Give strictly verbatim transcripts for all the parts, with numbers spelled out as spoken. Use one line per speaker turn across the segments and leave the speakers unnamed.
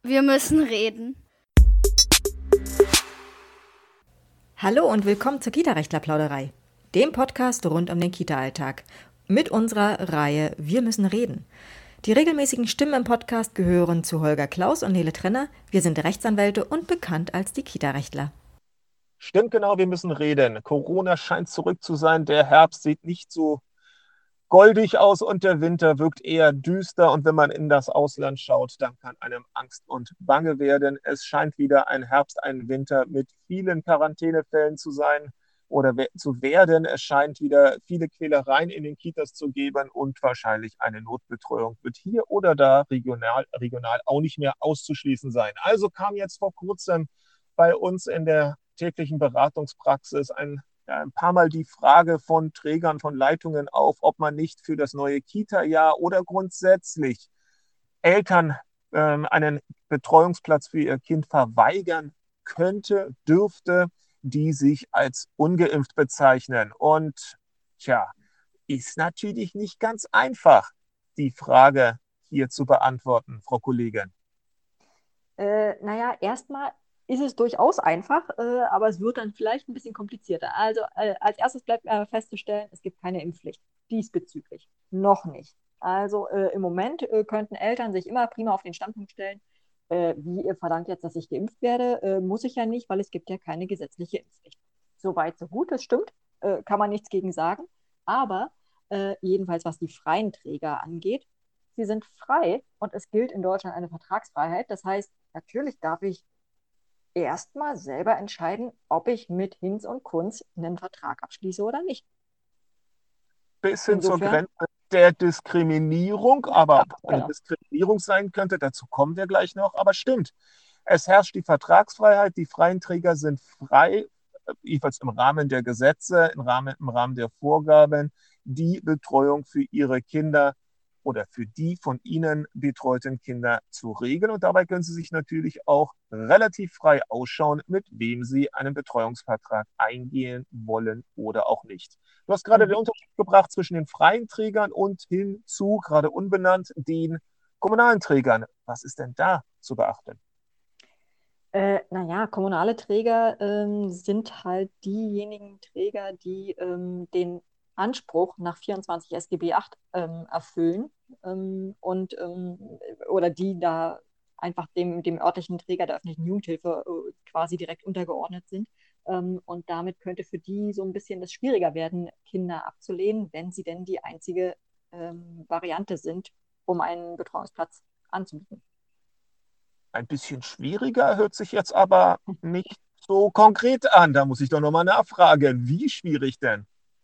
Wir müssen reden.
Hallo und willkommen zur Kita-Rechtler-Plauderei, dem Podcast rund um den Kita-Alltag, mit unserer Reihe Wir müssen reden. Die regelmäßigen Stimmen im Podcast gehören zu Holger Klaus und Nele Trenner. Wir sind Rechtsanwälte und bekannt als die Kita-Rechtler.
Stimmt genau, wir müssen reden. Corona scheint zurück zu sein. Der Herbst sieht nicht so goldig aus und der Winter wirkt eher düster. Und wenn man in das Ausland schaut, dann kann einem Angst und Bange werden. Es scheint wieder ein Herbst, ein Winter mit vielen Quarantänefällen zu sein oder we- zu werden. Es scheint wieder viele Quälereien in den Kitas zu geben und wahrscheinlich eine Notbetreuung wird hier oder da regional, regional auch nicht mehr auszuschließen sein. Also kam jetzt vor kurzem bei uns in der täglichen Beratungspraxis ein ja, ein paar Mal die Frage von Trägern von Leitungen auf, ob man nicht für das neue Kita-Jahr oder grundsätzlich Eltern ähm, einen Betreuungsplatz für ihr Kind verweigern könnte, dürfte, die sich als ungeimpft bezeichnen. Und tja, ist natürlich nicht ganz einfach, die Frage hier zu beantworten, Frau Kollegin.
Äh, naja, erstmal ist es durchaus einfach, äh, aber es wird dann vielleicht ein bisschen komplizierter. Also äh, als erstes bleibt äh, festzustellen, es gibt keine Impfpflicht diesbezüglich. Noch nicht. Also äh, im Moment äh, könnten Eltern sich immer prima auf den Standpunkt stellen, äh, wie ihr verlangt jetzt, dass ich geimpft werde, äh, muss ich ja nicht, weil es gibt ja keine gesetzliche Impfpflicht. Soweit, so gut, das stimmt, äh, kann man nichts gegen sagen. Aber äh, jedenfalls, was die freien Träger angeht, sie sind frei und es gilt in Deutschland eine Vertragsfreiheit. Das heißt, natürlich darf ich erstmal selber entscheiden, ob ich mit Hinz und Kunz einen Vertrag abschließe oder nicht.
Bis hin zur
Insofern,
Grenze der Diskriminierung, aber ob es eine
genau.
Diskriminierung sein könnte, dazu kommen wir gleich noch. Aber stimmt, es herrscht die Vertragsfreiheit, die freien Träger sind frei, äh, jedenfalls im Rahmen der Gesetze, im Rahmen, im Rahmen der Vorgaben, die Betreuung für ihre Kinder oder für die von ihnen betreuten Kinder zu regeln. Und dabei können sie sich natürlich auch relativ frei ausschauen, mit wem sie einen Betreuungsvertrag eingehen wollen oder auch nicht. Du hast gerade den
Mhm.
Unterschied gebracht zwischen den freien Trägern und hinzu, gerade unbenannt, den kommunalen Trägern. Was ist denn da zu beachten?
Äh, naja, kommunale Träger ähm, sind halt diejenigen Träger, die ähm, den Anspruch nach vierundzwanzig S G B acht ähm, erfüllen ähm, und ähm, oder die da einfach dem, dem örtlichen Träger der öffentlichen Jugendhilfe äh, quasi direkt untergeordnet sind. Ähm, und damit könnte für die so ein bisschen das schwieriger werden, Kinder abzulehnen, wenn sie denn die einzige ähm, Variante sind, um einen Betreuungsplatz anzubieten.
Ein bisschen schwieriger, hört sich jetzt aber nicht so konkret an. Da muss ich doch nochmal nachfragen. Wie schwierig denn?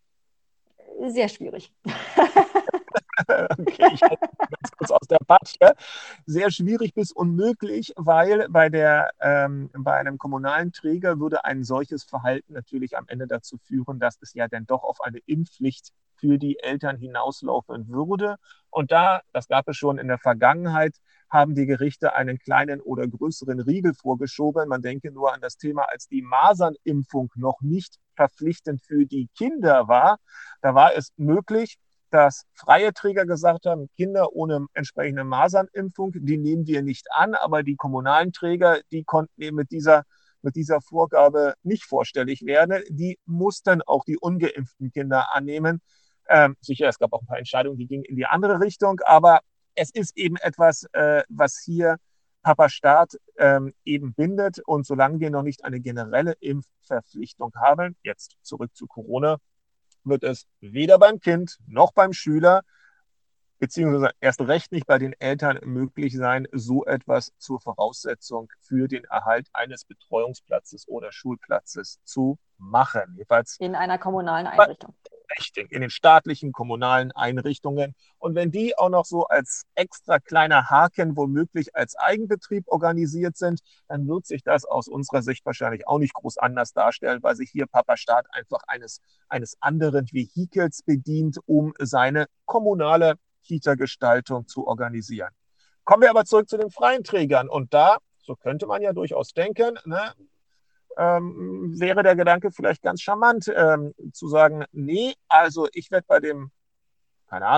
Sehr schwierig.
Okay, ich halte mich ganz kurz aus der Patsche. Sehr schwierig bis unmöglich, weil bei, der, ähm, bei einem kommunalen Träger würde ein solches Verhalten natürlich am Ende dazu führen, dass es ja dann doch auf eine Impfpflicht für die Eltern hinauslaufen würde. Und da, das gab es schon in der Vergangenheit, haben die Gerichte einen kleinen oder größeren Riegel vorgeschoben. Man denke nur an das Thema, als die Masernimpfung noch nicht verpflichtend für die Kinder war. Da war es möglich, dass freie Träger gesagt haben, Kinder ohne entsprechende Masernimpfung, die nehmen wir nicht an, aber die kommunalen Träger, die konnten eben mit dieser, mit dieser Vorgabe nicht vorstellig werden. Die mussten auch die ungeimpften Kinder annehmen. Ähm, sicher, es gab auch ein paar Entscheidungen, die gingen in die andere Richtung, aber es ist eben etwas, äh, was hier Papa Staat ähm, eben bindet. Und solange wir noch nicht eine generelle Impfverpflichtung haben, jetzt zurück zu Corona, wird es weder beim Kind noch beim Schüler, beziehungsweise erst recht nicht bei den Eltern möglich sein, so etwas zur Voraussetzung für den Erhalt eines Betreuungsplatzes oder Schulplatzes zu machen. Jedenfalls
In einer kommunalen Einrichtung.
richtig, in den staatlichen, kommunalen Einrichtungen. Und wenn die auch noch so als extra kleiner Haken womöglich als Eigenbetrieb organisiert sind, dann wird sich das aus unserer Sicht wahrscheinlich auch nicht groß anders darstellen, weil sich hier Papa Staat einfach eines, eines anderen Vehikels bedient, um seine kommunale Kita-Gestaltung zu organisieren. Kommen wir aber zurück zu den freien Trägern. Und da, so könnte man ja durchaus denken, ne, ähm, wäre der Gedanke vielleicht ganz charmant, ähm, zu sagen, nee, also ich werde bei dem, keine Ahnung,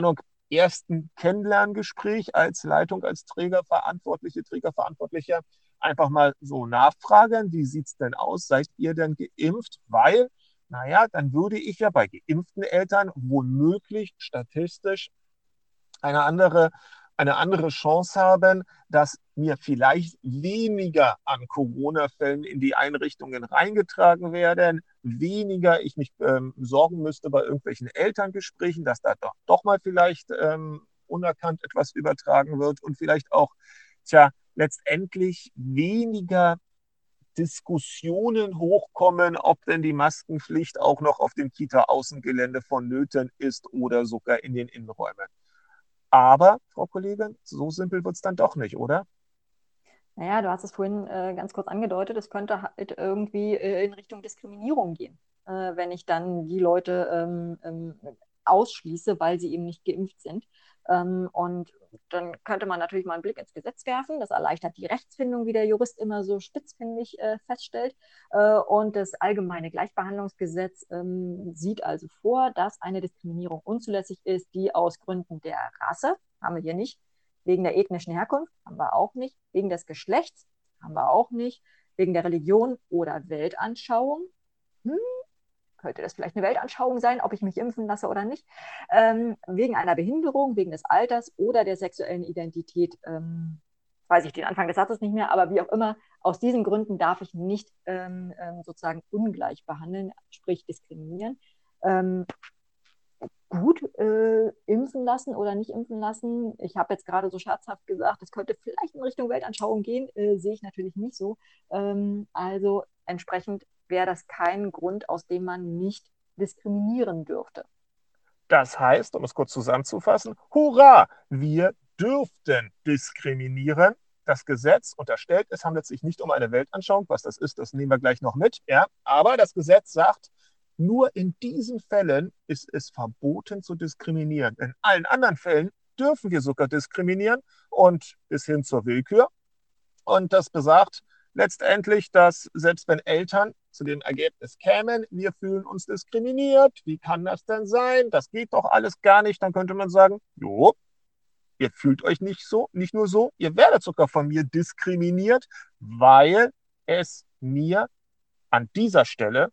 ersten Kennenlerngespräch als Leitung, als Trägerverantwortliche, Trägerverantwortlicher einfach mal so nachfragen, wie sieht es denn aus, seid ihr denn geimpft? Weil, naja, dann würde ich ja bei geimpften Eltern womöglich statistisch eine andere, eine andere Chance haben, dass mir vielleicht weniger an Corona-Fällen in die Einrichtungen reingetragen werden, weniger ich mich ähm, sorgen müsste bei irgendwelchen Elterngesprächen, dass da doch, doch mal vielleicht ähm, unerkannt etwas übertragen wird und vielleicht auch, tja, letztendlich weniger Diskussionen hochkommen, ob denn die Maskenpflicht auch noch auf dem Kita-Außengelände vonnöten ist oder sogar in den Innenräumen. Aber, Frau Kollegin, so simpel wird es dann doch nicht, oder?
Naja, du hast es vorhin äh, ganz kurz angedeutet, es könnte halt irgendwie äh, in Richtung Diskriminierung gehen, äh, wenn ich dann die Leute ähm, ähm, ausschließe, weil sie eben nicht geimpft sind. Ähm, und dann könnte man natürlich mal einen Blick ins Gesetz werfen. Das erleichtert die Rechtsfindung, wie der Jurist immer so spitzfindig äh, feststellt. Äh, und das allgemeine Gleichbehandlungsgesetz ähm, sieht also vor, dass eine Diskriminierung unzulässig ist, die aus Gründen der Rasse, haben wir hier nicht, wegen der ethnischen Herkunft haben wir auch nicht, wegen des Geschlechts haben wir auch nicht, wegen der Religion oder Weltanschauung. Hm, könnte das vielleicht eine Weltanschauung sein, ob ich mich impfen lasse oder nicht, ähm, wegen einer Behinderung, wegen des Alters oder der sexuellen Identität, ähm, weiß ich den Anfang des Satzes nicht mehr, aber wie auch immer, aus diesen Gründen darf ich nicht ähm, ähm, sozusagen ungleich behandeln, sprich diskriminieren. Ähm, gut äh, impfen lassen oder nicht impfen lassen. Ich habe jetzt gerade so scherzhaft gesagt, es könnte vielleicht in Richtung Weltanschauung gehen, äh, sehe ich natürlich nicht so. Ähm, also entsprechend wäre das kein Grund, aus dem man nicht diskriminieren dürfte.
Das heißt, um es kurz zusammenzufassen, hurra, wir dürften diskriminieren. Das Gesetz unterstellt, es handelt sich nicht um eine Weltanschauung. Was das ist, das nehmen wir gleich noch mit. Ja? Aber das Gesetz sagt, nur in diesen Fällen ist es verboten zu diskriminieren. In allen anderen Fällen dürfen wir sogar diskriminieren und bis hin zur Willkür. Und das besagt letztendlich, dass selbst wenn Eltern zu dem Ergebnis kämen, wir fühlen uns diskriminiert, wie kann das denn sein? Das geht doch alles gar nicht. Dann könnte man sagen, jo, ihr fühlt euch nicht so, nicht nur so, ihr werdet sogar von mir diskriminiert, weil es mir an dieser Stelle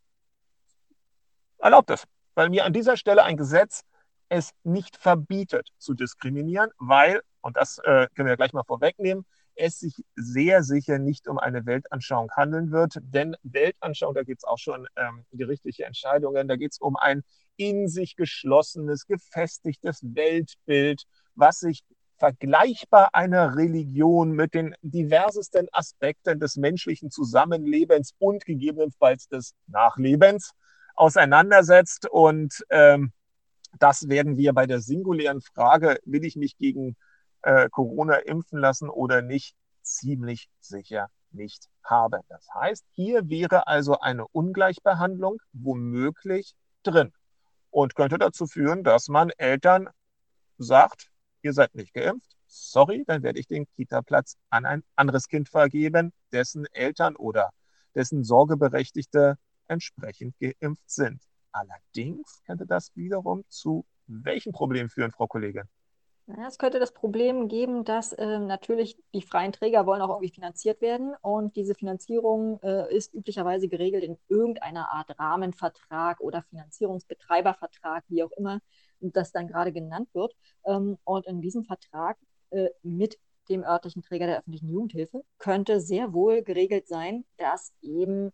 erlaubt ist. Weil mir an dieser Stelle ein Gesetz es nicht verbietet zu diskriminieren, weil, und das äh, können wir gleich mal vorwegnehmen, es sich sehr sicher nicht um eine Weltanschauung handeln wird. Denn Weltanschauung, da gibt es auch schon ähm, gerichtliche Entscheidungen, da geht es um ein in sich geschlossenes, gefestigtes Weltbild, was sich vergleichbar einer Religion mit den diversesten Aspekten des menschlichen Zusammenlebens und gegebenenfalls des Nachlebens auseinandersetzt. Und ähm, das werden wir bei der singulären Frage, will ich mich gegen äh, Corona impfen lassen oder nicht, ziemlich sicher nicht haben. Das heißt, hier wäre also eine Ungleichbehandlung womöglich drin und könnte dazu führen, dass man Eltern sagt, ihr seid nicht geimpft, sorry, dann werde ich den Kita-Platz an ein anderes Kind vergeben, dessen Eltern oder dessen Sorgeberechtigte entsprechend geimpft sind. Allerdings könnte das wiederum zu welchen Problemen führen, Frau Kollegin?
Ja, es könnte das Problem geben, dass ähm, natürlich die freien Träger wollen auch irgendwie finanziert werden und diese Finanzierung äh, ist üblicherweise geregelt in irgendeiner Art Rahmenvertrag oder Finanzierungsbetreibervertrag, wie auch immer das dann gerade genannt wird. Ähm, und in diesem Vertrag äh, mit dem örtlichen Träger der öffentlichen Jugendhilfe könnte sehr wohl geregelt sein, dass eben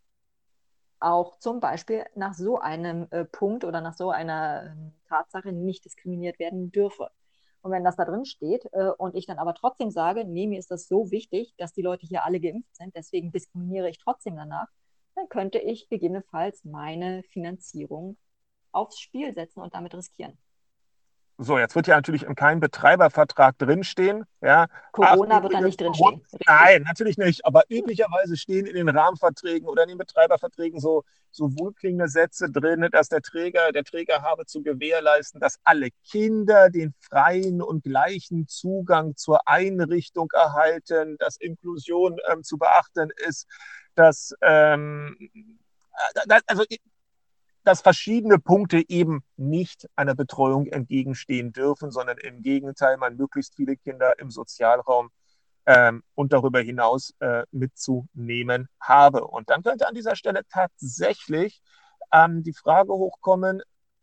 auch zum Beispiel nach so einem äh, Punkt oder nach so einer ähm, Tatsache nicht diskriminiert werden dürfe. Und wenn das da drin steht äh, und ich dann aber trotzdem sage, nee, mir ist das so wichtig, dass die Leute hier alle geimpft sind, deswegen diskriminiere ich trotzdem danach, dann könnte ich gegebenenfalls meine Finanzierung aufs Spiel setzen und damit riskieren.
So, jetzt wird ja natürlich in keinem Betreibervertrag drinstehen. Ja, ach,
Corona wird da
übrigens,
nicht drinstehen.
nein, natürlich nicht. Aber üblicherweise stehen in den Rahmenverträgen oder in den Betreiberverträgen so, so wohlklingende Sätze drin, dass der Träger, der Träger habe zu gewährleisten, dass alle Kinder den freien und gleichen Zugang zur Einrichtung erhalten, dass Inklusion ähm, zu beachten ist, dass ähm, also dass verschiedene Punkte eben nicht einer Betreuung entgegenstehen dürfen, sondern im Gegenteil, man möglichst viele Kinder im Sozialraum ähm, und darüber hinaus äh, mitzunehmen habe. Und dann könnte an dieser Stelle tatsächlich ähm, die Frage hochkommen,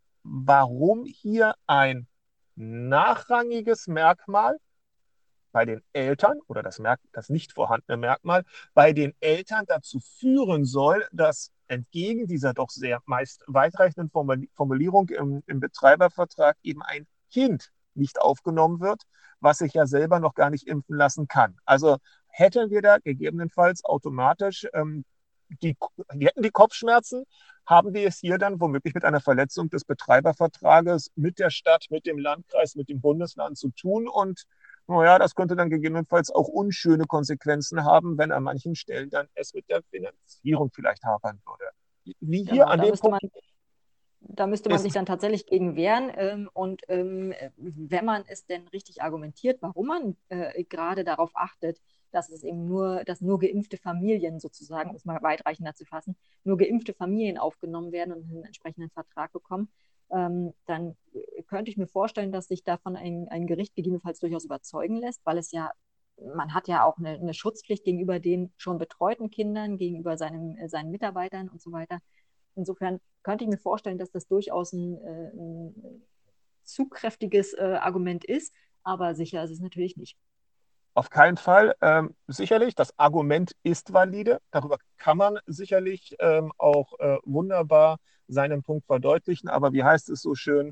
warum hier ein nachrangiges Merkmal bei den Eltern oder das, Merk das nicht vorhandene Merkmal bei den Eltern dazu führen soll, dass entgegen dieser doch sehr meist weitreichenden Formulierung im, im Betreibervertrag eben ein Kind nicht aufgenommen wird, was sich ja selber noch gar nicht impfen lassen kann. Also hätten wir da gegebenenfalls automatisch ähm, die, die hätten die Kopfschmerzen, haben wir es hier dann womöglich mit einer Verletzung des Betreibervertrages mit der Stadt, mit dem Landkreis, mit dem Bundesland zu tun. Und naja, das könnte dann gegebenenfalls auch unschöne Konsequenzen haben, wenn an manchen Stellen dann es mit der Finanzierung vielleicht hapern würde. Wie hier
Genau,
an
da
dem
müsste man,
Punkt
da müsste man sich
ist.
dann tatsächlich gegen wehren. Ähm, und ähm, wenn man es denn richtig argumentiert, warum man äh, gerade darauf achtet, dass es eben nur, dass nur geimpfte Familien sozusagen, um es mal weitreichender zu fassen, nur geimpfte Familien aufgenommen werden und einen entsprechenden Vertrag bekommen, ähm, dann könnte ich mir vorstellen, dass sich davon ein, ein Gericht gegebenenfalls durchaus überzeugen lässt, weil es ja, man hat ja auch eine, eine Schutzpflicht gegenüber den schon betreuten Kindern, gegenüber seinem, äh, seinen Mitarbeitern und so weiter. Insofern könnte ich mir vorstellen, dass das durchaus ein, äh, ein zugkräftiges äh, Argument ist, aber sicher ist es natürlich nicht.
Auf keinen Fall. Ähm, sicherlich, das Argument ist valide. Darüber kann man sicherlich ähm, auch äh, wunderbar seinen Punkt verdeutlichen. Aber wie heißt es so schön?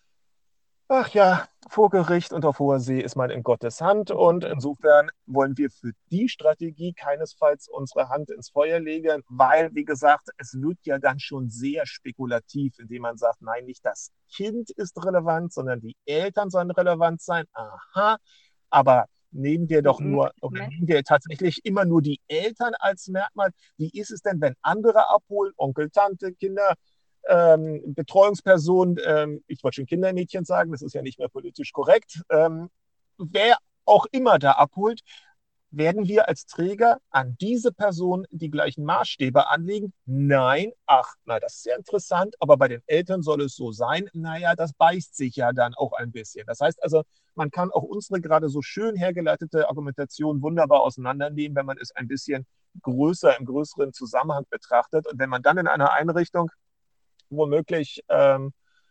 Ach ja, vor Gericht und auf hoher See ist man in Gottes Hand. Und insofern wollen wir für die Strategie keinesfalls unsere Hand ins Feuer legen, weil, wie gesagt, es wird ja dann schon sehr spekulativ, indem man sagt, nein, nicht das Kind ist relevant, sondern die Eltern sollen relevant sein. Aha, aber nehmen wir doch nur, oder
Moment.
nehmen wir tatsächlich immer nur die Eltern als Merkmal. Wie ist es denn, wenn andere abholen, Onkel, Tante, Kinder, ähm, Betreuungsperson, ähm, ich wollte schon Kindermädchen sagen, das ist ja nicht mehr politisch korrekt, ähm, wer auch immer da abholt, werden wir als Träger an diese Person die gleichen Maßstäbe anlegen? Nein. Ach, na, das ist ja interessant, aber bei den Eltern soll es so sein. Naja, das beißt sich ja dann auch ein bisschen. Das heißt also, man kann auch unsere gerade so schön hergeleitete Argumentation wunderbar auseinandernehmen, wenn man es ein bisschen größer, im größeren Zusammenhang betrachtet. Und wenn man dann in einer Einrichtung womöglich ähm,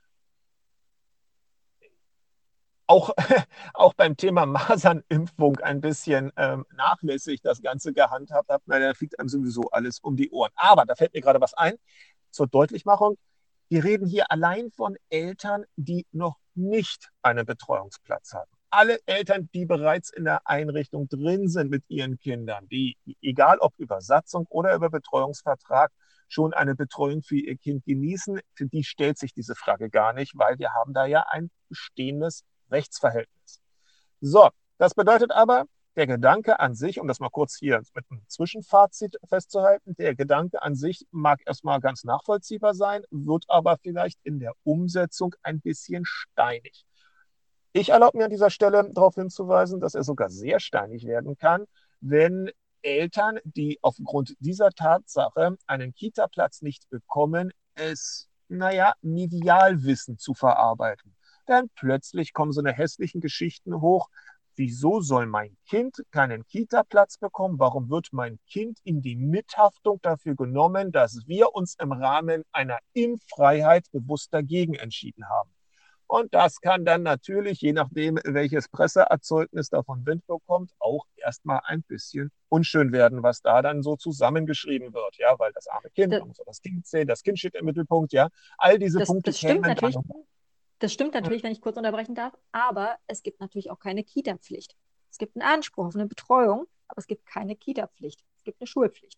auch, auch beim Thema Masernimpfung ein bisschen ähm, nachlässig das Ganze gehandhabt hat, na, da fliegt einem sowieso alles um die Ohren. Aber da fällt mir gerade was ein zur Deutlichmachung. Wir reden hier allein von Eltern, die noch nicht einen Betreuungsplatz haben. Alle Eltern, die bereits in der Einrichtung drin sind mit ihren Kindern, die, egal ob über Satzung oder über Betreuungsvertrag, schon eine Betreuung für ihr Kind genießen, für die stellt sich diese Frage gar nicht, weil wir haben da ja ein bestehendes Rechtsverhältnis. So, das bedeutet aber, der Gedanke an sich, um das mal kurz hier mit einem Zwischenfazit festzuhalten, der Gedanke an sich mag erstmal ganz nachvollziehbar sein, wird aber vielleicht in der Umsetzung ein bisschen steinig. Ich erlaube mir an dieser Stelle darauf hinzuweisen, dass er sogar sehr steinig werden kann, wenn Eltern, die aufgrund dieser Tatsache einen Kita-Platz nicht bekommen, es, naja, medial wissen zu verarbeiten. Dann plötzlich kommen so eine hässlichen Geschichten hoch. Wieso soll mein Kind keinen Kita-Platz bekommen? Warum wird mein Kind in die Mithaftung dafür genommen, dass wir uns im Rahmen einer Impffreiheit bewusst dagegen entschieden haben? Und das kann dann natürlich, je nachdem, welches Presseerzeugnis davon Wind bekommt, auch erstmal ein bisschen unschön werden, was da dann so zusammengeschrieben wird. Ja, weil das arme Kind,
Das,
man muss auch das Kind sehen, das Kind steht im Mittelpunkt. Ja, all diese
das,
Punkte
das stimmt
kämen dann.
natürlich. Das stimmt natürlich, wenn ich kurz unterbrechen darf, aber es gibt natürlich auch keine Kita-Pflicht. Es gibt einen Anspruch auf eine Betreuung, aber es gibt keine Kita-Pflicht. Es gibt eine Schulpflicht.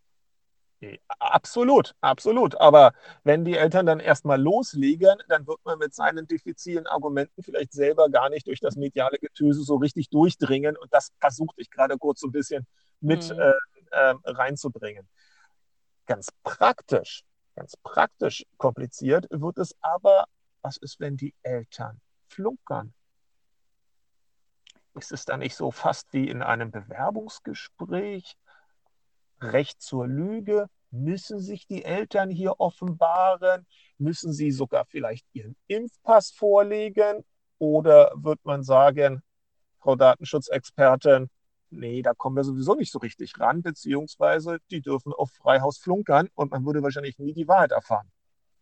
Absolut, absolut. Aber wenn die Eltern dann erstmal loslegen, dann wird man mit seinen diffizilen Argumenten vielleicht selber gar nicht durch das mediale Getöse so richtig durchdringen. Und das versuchte ich gerade kurz so ein bisschen mit
Mhm.
äh, äh, reinzubringen. Ganz praktisch, ganz praktisch kompliziert wird es aber, was ist, wenn die Eltern flunkern? Ist es dann nicht so fast wie in einem Bewerbungsgespräch? Recht zur Lüge? Müssen sich die Eltern hier offenbaren? Müssen sie sogar vielleicht ihren Impfpass vorlegen? Oder wird man sagen, Frau Datenschutzexpertin, nee, da kommen wir sowieso nicht so richtig ran, beziehungsweise die dürfen auf Freihaus flunkern und man würde wahrscheinlich nie die Wahrheit erfahren.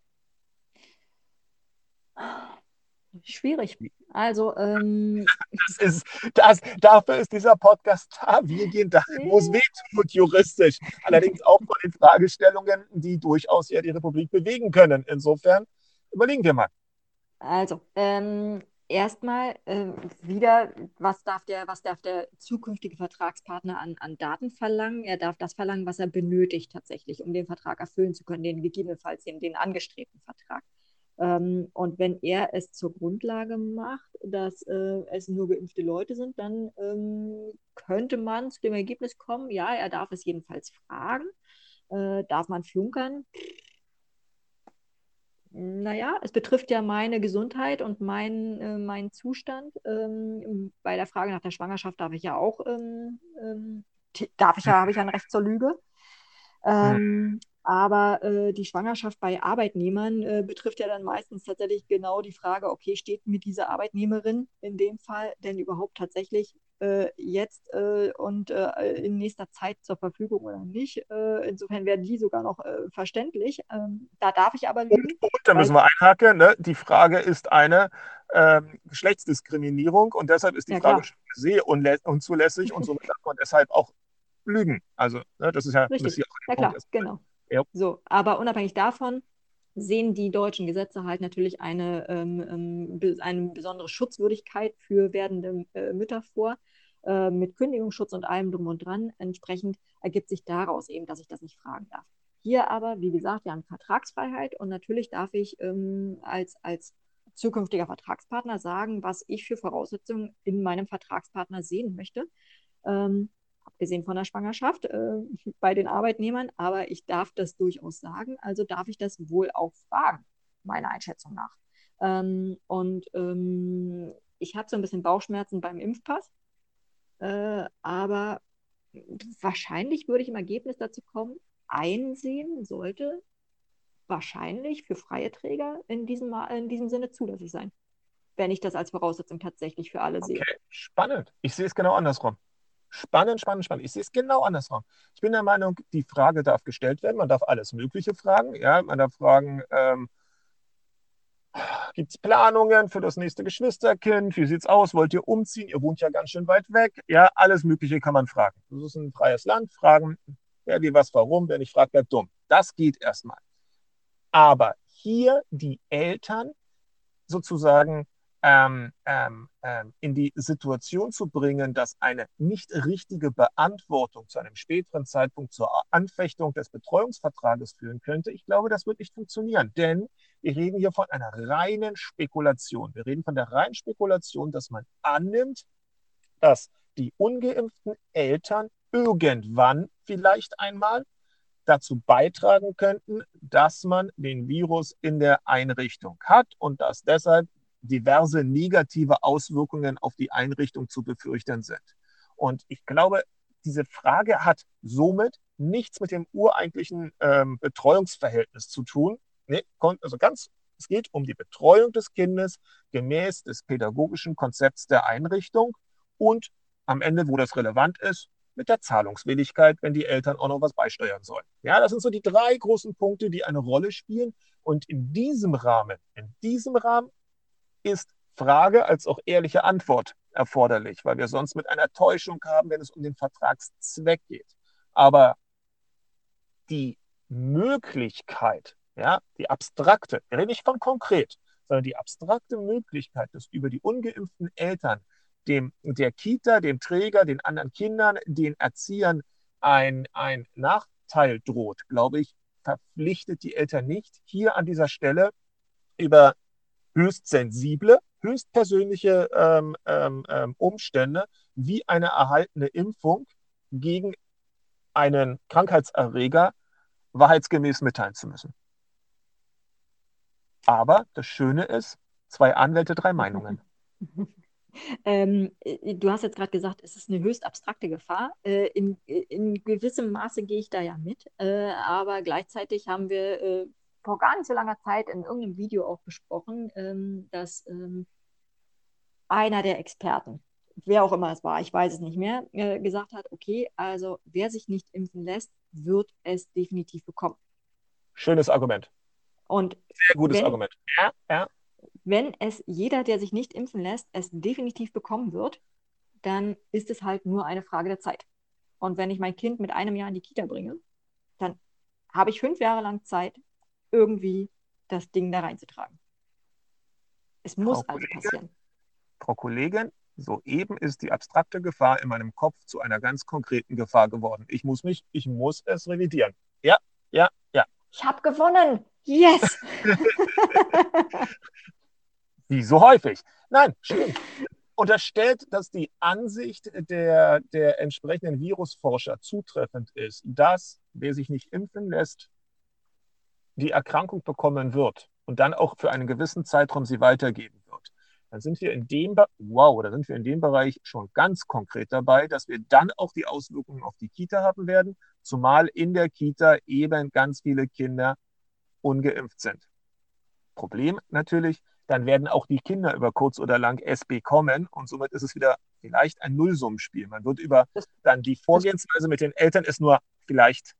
Schwierig. Also, ähm,
Das ist, das, dafür ist dieser Podcast da. Wir gehen dahin, wo es weh tut, juristisch. Allerdings auch von den Fragestellungen, die durchaus ja die Republik bewegen können. Insofern überlegen wir mal.
also ähm, erstmal äh, wieder, was darf der, was darf der zukünftige Vertragspartner an, an Daten verlangen? Er darf das verlangen, was er benötigt tatsächlich, um den Vertrag erfüllen zu können, den gegebenenfalls den, den angestrebten Vertrag. Ähm, und wenn er es zur Grundlage macht, dass äh, es nur geimpfte Leute sind, dann ähm, könnte man zu dem Ergebnis kommen, ja, er darf es jedenfalls fragen. Äh, darf man flunkern? Naja, es betrifft ja meine Gesundheit und mein, äh, meinen Zustand. Ähm, bei der Frage nach der Schwangerschaft darf ich ja auch, ähm, ähm, darf ich ja, habe ich ja ein Recht zur Lüge.
Hm.
Ähm, aber äh, die Schwangerschaft bei Arbeitnehmern äh, betrifft ja dann meistens tatsächlich genau die Frage, okay, steht mir diese Arbeitnehmerin in dem Fall denn überhaupt tatsächlich äh, jetzt äh, und äh, in nächster Zeit zur Verfügung oder nicht? Äh, insofern wäre die sogar noch äh, verständlich. Ähm, da darf ich aber
Und,
lügen,
und da
weil,
müssen wir einhaken. Ne? Die Frage ist eine ähm, Geschlechtsdiskriminierung und deshalb ist die
ja
Frage
klar,
schon per se unlä- unzulässig und somit darf man deshalb auch lügen. Also, ne, das ist ja, müsste
richtig,
ja auch der
ja
Punkt
klar,
erst sein.
genau.
Ja.
So, aber unabhängig davon sehen die deutschen Gesetze halt natürlich eine, ähm, ähm, be- eine besondere Schutzwürdigkeit für werdende äh, Mütter vor, äh, mit Kündigungsschutz und allem drum und dran. Entsprechend ergibt sich daraus eben, dass ich das nicht fragen darf. Hier aber, wie gesagt, wir haben Vertragsfreiheit und natürlich darf ich ähm, als, als zukünftiger Vertragspartner sagen, was ich für Voraussetzungen in meinem Vertragspartner sehen möchte. Ähm, abgesehen von der Schwangerschaft äh, bei den Arbeitnehmern, aber ich darf das durchaus sagen, also darf ich das wohl auch fragen, meiner Einschätzung nach. Ähm, und ähm, ich habe so ein bisschen Bauchschmerzen beim Impfpass, äh, aber wahrscheinlich würde ich im Ergebnis dazu kommen, einsehen sollte wahrscheinlich für freie Träger in diesem, in diesem Sinne zulässig sein, wenn ich das als Voraussetzung tatsächlich für alle sehe.
Okay, spannend. Ich sehe es genau andersrum. Spannend, spannend, spannend. Ich sehe es genau andersrum. Ich bin der Meinung, die Frage darf gestellt werden. Man darf alles Mögliche fragen. Ja, man darf fragen, ähm, gibt es Planungen für das nächste Geschwisterkind? Wie sieht es aus? Wollt ihr umziehen? Ihr wohnt ja ganz schön weit weg. Ja, alles Mögliche kann man fragen. Das ist ein freies Land. Fragen, wer wie was, warum. Wer nicht fragt, bleibt dumm. Das geht erstmal. Aber hier die Eltern sozusagen ähm, ähm, ähm, in die Situation zu bringen, dass eine nicht richtige Beantwortung zu einem späteren Zeitpunkt zur Anfechtung des Betreuungsvertrages führen könnte, ich glaube, das wird nicht funktionieren. Denn wir reden hier von einer reinen Spekulation. Wir reden von der reinen Spekulation, dass man annimmt, dass die ungeimpften Eltern irgendwann vielleicht einmal dazu beitragen könnten, dass man den Virus in der Einrichtung hat und dass deshalb diverse negative Auswirkungen auf die Einrichtung zu befürchten sind. Und ich glaube, diese Frage hat somit nichts mit dem ureigentlichen ähm, Betreuungsverhältnis zu tun. Nee, also ganz, es geht um die Betreuung des Kindes gemäß des pädagogischen Konzepts der Einrichtung und am Ende, wo das relevant ist, mit der Zahlungswilligkeit, wenn die Eltern auch noch was beisteuern sollen. Ja, das sind so die drei großen Punkte, die eine Rolle spielen. Und in diesem Rahmen, in diesem Rahmen ist Frage als auch ehrliche Antwort erforderlich, weil wir sonst mit einer Täuschung haben, wenn es um den Vertragszweck geht. Aber die Möglichkeit, ja, die abstrakte, wir reden nicht von konkret, sondern die abstrakte Möglichkeit, dass über die ungeimpften Eltern dem, der Kita, dem Träger, den anderen Kindern, den Erziehern ein, ein Nachteil droht, glaube ich, verpflichtet die Eltern nicht, hier an dieser Stelle über höchst sensible, höchst persönliche ähm, ähm, ähm, Umstände wie eine erhaltene Impfung gegen einen Krankheitserreger wahrheitsgemäß mitteilen zu müssen. Aber das Schöne ist, zwei Anwälte, drei Meinungen.
Ähm, äh, du hast jetzt gerade gesagt, es ist eine höchst abstrakte Gefahr. Äh, in, in gewissem Maße gehe ich da ja mit, äh, aber gleichzeitig haben wir äh, vor gar nicht so langer Zeit in irgendeinem Video auch besprochen, ähm, dass ähm, einer der Experten, wer auch immer es war, ich weiß es nicht mehr, äh, gesagt hat, okay, also wer sich nicht impfen lässt, wird es definitiv bekommen.
Schönes Argument.
Und
Sehr gutes
wenn,
Argument. Ja, ja.
wenn es jeder, der sich nicht impfen lässt, es definitiv bekommen wird, dann ist es halt nur eine Frage der Zeit. Und wenn ich mein Kind mit einem Jahr in die Kita bringe, dann habe ich fünf Jahre lang Zeit, irgendwie das Ding da reinzutragen. Es muss
Frau
also
Kollegin,
passieren.
Frau Kollegin, soeben ist die abstrakte Gefahr in meinem Kopf zu einer ganz konkreten Gefahr geworden. Ich muss mich, ich muss es revidieren. Ja, ja, ja.
Ich habe gewonnen! Yes!
Wie so häufig. Nein, stimmt. Unterstellt, dass die Ansicht der, der entsprechenden Virusforscher zutreffend ist, dass wer sich nicht impfen lässt, die Erkrankung bekommen wird und dann auch für einen gewissen Zeitraum sie weitergeben wird, dann sind wir in dem, wow, da sind wir in dem Bereich schon ganz konkret dabei, dass wir dann auch die Auswirkungen auf die Kita haben werden, zumal in der Kita eben ganz viele Kinder ungeimpft sind. Problem natürlich, dann werden auch die Kinder über kurz oder lang es bekommen und somit ist es wieder vielleicht ein Nullsummenspiel. Man wird über
Das,
dann die
das,
Vorgehensweise mit den Eltern es nur vielleicht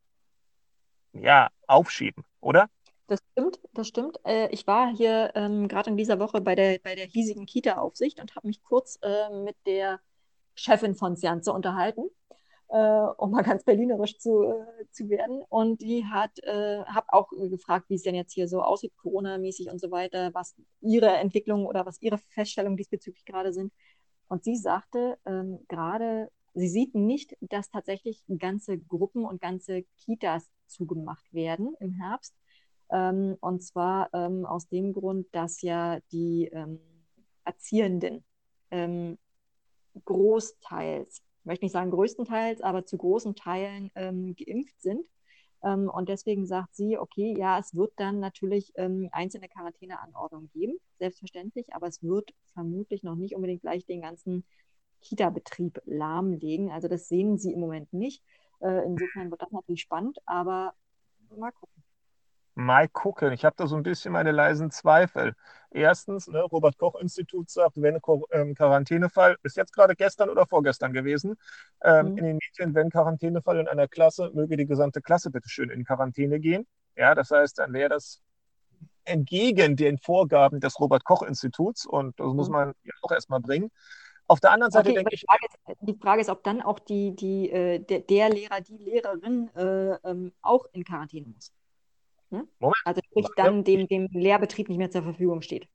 ja, aufschieben, oder?
das stimmt, das stimmt. Äh, ich war hier ähm, gerade in dieser Woche bei der, bei der hiesigen Kita-Aufsicht und habe mich kurz äh, mit der Chefin von Sianze unterhalten, äh, um mal ganz berlinerisch zu, äh, zu werden. Und die hat, äh, habe auch äh, gefragt, wie es denn jetzt hier so aussieht, Corona-mäßig und so weiter, was ihre Entwicklungen oder was ihre Feststellungen diesbezüglich gerade sind. Und sie sagte, ähm, gerade, sie sieht nicht, dass tatsächlich ganze Gruppen und ganze Kitas zugemacht werden im Herbst. Ähm, und zwar ähm, aus dem Grund, dass ja die ähm, Erziehenden ähm, großteils, ich möchte nicht sagen größtenteils, aber zu großen Teilen ähm, geimpft sind. Ähm, und deswegen sagt sie, okay, ja, es wird dann natürlich ähm, einzelne Quarantäneanordnungen geben, selbstverständlich, aber es wird vermutlich noch nicht unbedingt gleich den ganzen Kita-Betrieb lahmlegen. Also das sehen sie im Moment nicht. Äh, insofern wird das natürlich spannend, aber mal gucken.
Mal gucken. Ich habe da so ein bisschen meine leisen Zweifel. Erstens, ne, Robert-Koch-Institut sagt, wenn Ko- ähm, Quarantänefall, ist jetzt gerade gestern oder vorgestern gewesen, ähm,
Hm.
in den Medien, wenn Quarantänefall in einer Klasse, möge die gesamte Klasse bitte schön in Quarantäne gehen. Ja, das heißt, dann wäre das entgegen den Vorgaben des Robert-Koch-Instituts und das muss
Hm.
man ja auch erstmal bringen. Auf der anderen Seite
Okay, aber
denke
die
ich,
Frage ist, die Frage ist, ob dann auch die, die, äh, der, der Lehrer, die Lehrerin äh, ähm, auch in Quarantäne muss. Ne?
Moment,
Also sprich
warte,
dann dem, dem Lehrbetrieb nicht mehr zur Verfügung steht.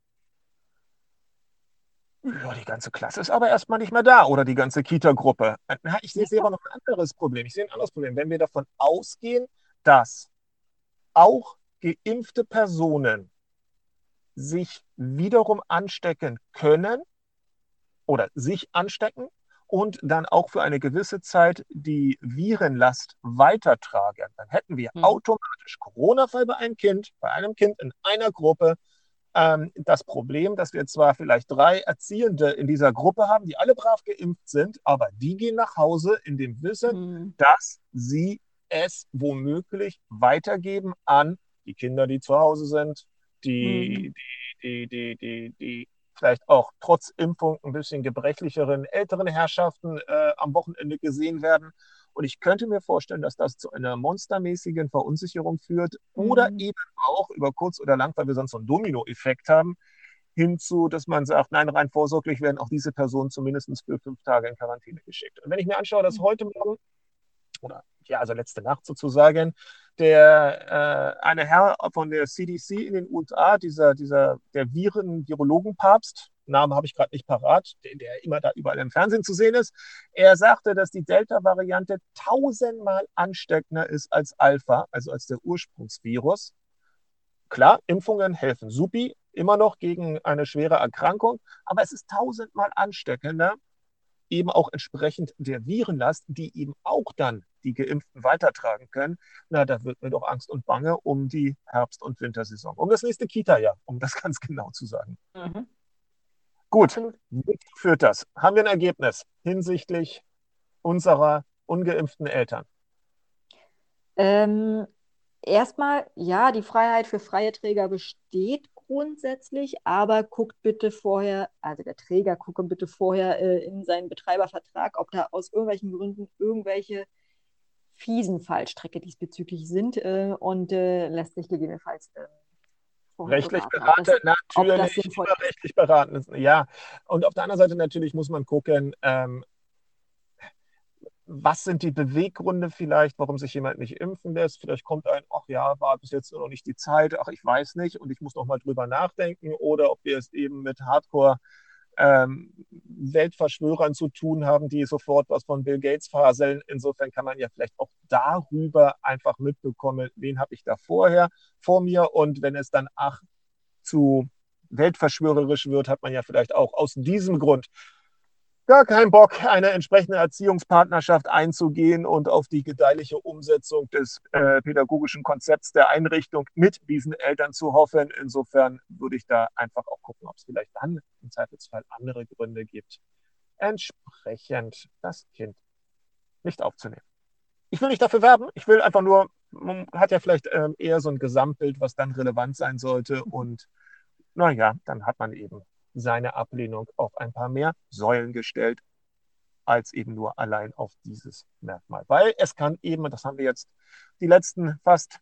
ja, die ganze Klasse ist aber erstmal nicht mehr da oder die ganze Kita-Gruppe. Ich
Ja,
sehe aber noch ein anderes Problem. Ich sehe ein anderes Problem. Wenn wir davon ausgehen, dass auch geimpfte Personen sich wiederum anstecken können oder sich anstecken und dann auch für eine gewisse Zeit die Virenlast weitertragen, dann hätten wir
hm.
automatisch Corona-Fall bei einem Kind, bei einem Kind in einer Gruppe. Ähm, das Problem, dass wir zwar vielleicht drei Erziehende in dieser Gruppe haben, die alle brav geimpft sind, aber die gehen nach Hause in dem Wissen,
Hm.
dass sie es womöglich weitergeben an die Kinder, die zu Hause sind,
Hm.
die, die, die, die, die, die vielleicht auch trotz Impfung ein bisschen gebrechlicheren älteren Herrschaften äh, am Wochenende gesehen werden. Und ich könnte mir vorstellen, dass das zu einer monstermäßigen Verunsicherung führt oder
Hm.
eben auch über kurz oder lang, weil wir sonst so einen Dominoeffekt haben, hinzu, dass man sagt, nein, rein vorsorglich werden auch diese Personen zumindest für fünf Tage in Quarantäne geschickt. Und wenn ich mir anschaue, dass heute Morgen, oder ja, also letzte Nacht sozusagen, der äh, eine Herr von der C D C in den U S A, dieser, dieser der Viren, Virologenpapst, Name habe ich gerade nicht parat, der, der immer da überall im Fernsehen zu sehen ist, er sagte, dass die Delta-Variante tausendmal ansteckender ist als Alpha, also als der Ursprungsvirus. Klar, Impfungen helfen supi, immer noch gegen eine schwere Erkrankung, aber es ist tausendmal ansteckender, eben auch entsprechend der Virenlast, die eben auch dann die Geimpften weitertragen können. Na, da wird mir doch Angst und Bange um die Herbst- und Wintersaison, um das nächste Kita-Jahr, um das ganz genau zu sagen.
Mhm.
Gut,
Absolut.
wozu führt das? Haben wir ein Ergebnis hinsichtlich unserer ungeimpften Eltern?
Ähm, Erstmal, ja, die Freiheit für freie Träger besteht grundsätzlich, aber guckt bitte vorher, also der Träger gucke bitte vorher äh, in seinen Betreibervertrag, ob da aus irgendwelchen Gründen irgendwelche fiesen Fallstricke diesbezüglich sind äh, und äh, lässt sich gegebenenfalls äh, vorher
Rechtlich
beraten, ob das,
beraten,
ob das
natürlich,
sinnvoll
immer
ist.
rechtlich beraten. Ja, und auf der anderen Seite natürlich muss man gucken, ähm, was sind die Beweggründe vielleicht, warum sich jemand nicht impfen lässt? Vielleicht kommt ein, ach ja, war bis jetzt noch nicht die Zeit, ach, ich weiß nicht und ich muss noch mal drüber nachdenken. Oder ob wir es eben mit Hardcore ähm, Weltverschwörern zu tun haben, die sofort was von Bill Gates faseln. Insofern kann man ja vielleicht auch darüber einfach mitbekommen, wen habe ich da vorher vor mir. Und wenn es dann ach zu weltverschwörerisch wird, hat man ja vielleicht auch aus diesem Grund gar keinen Bock, eine entsprechende Erziehungspartnerschaft einzugehen und auf die gedeihliche Umsetzung des äh, pädagogischen Konzepts der Einrichtung mit diesen Eltern zu hoffen. Insofern würde ich da einfach auch gucken, ob es vielleicht dann im Zweifelsfall andere Gründe gibt, entsprechend das Kind nicht aufzunehmen. Ich will nicht dafür werben, ich will einfach nur, man hat ja vielleicht ähm, eher so ein Gesamtbild, was dann relevant sein sollte und naja, dann hat man eben seine Ablehnung auf ein paar mehr Säulen gestellt, als eben nur allein auf dieses Merkmal. Weil es kann eben, das haben wir jetzt die letzten fast,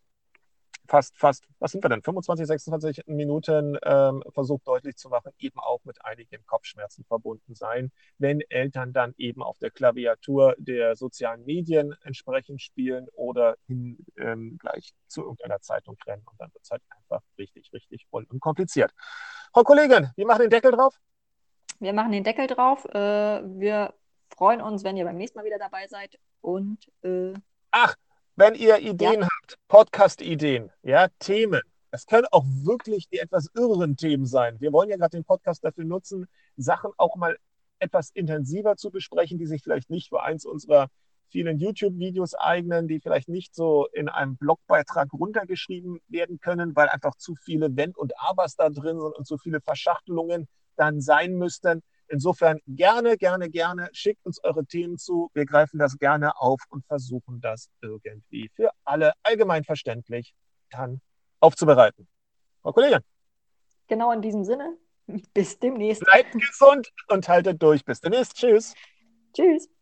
fast, fast, was sind wir denn, fünfundzwanzig, sechsundzwanzig Minuten ähm, versucht deutlich zu machen, eben auch mit einigen Kopfschmerzen verbunden sein, wenn Eltern dann eben auf der Klaviatur der sozialen Medien entsprechend spielen oder hin, ähm, gleich zu irgendeiner Zeitung rennen und dann wird es halt einfach richtig, richtig voll und kompliziert. Frau Kollegin, wir machen den Deckel drauf.
Wir machen den Deckel drauf. Äh, wir freuen uns, wenn ihr beim nächsten Mal wieder dabei seid. Und äh,
Ach, wenn ihr
ja,
Ideen habt, Podcast-Ideen, ja, Themen, es können auch wirklich die etwas irreren Themen sein. Wir wollen ja gerade den Podcast dafür nutzen, Sachen auch mal etwas intensiver zu besprechen, die sich vielleicht nicht für eins unserer vielen YouTube-Videos eignen, die vielleicht nicht so in einem Blogbeitrag runtergeschrieben werden können, weil einfach zu viele Wenn und Abers da drin sind und zu viele Verschachtelungen dann sein müssten. Insofern gerne, gerne, gerne, schickt uns eure Themen zu. Wir greifen das gerne auf und versuchen das irgendwie für alle allgemein verständlich dann aufzubereiten. Frau Kollegin,
genau in diesem Sinne. Bis demnächst.
bleibt gesund und haltet durch. Bis demnächst. Tschüss.
Tschüss.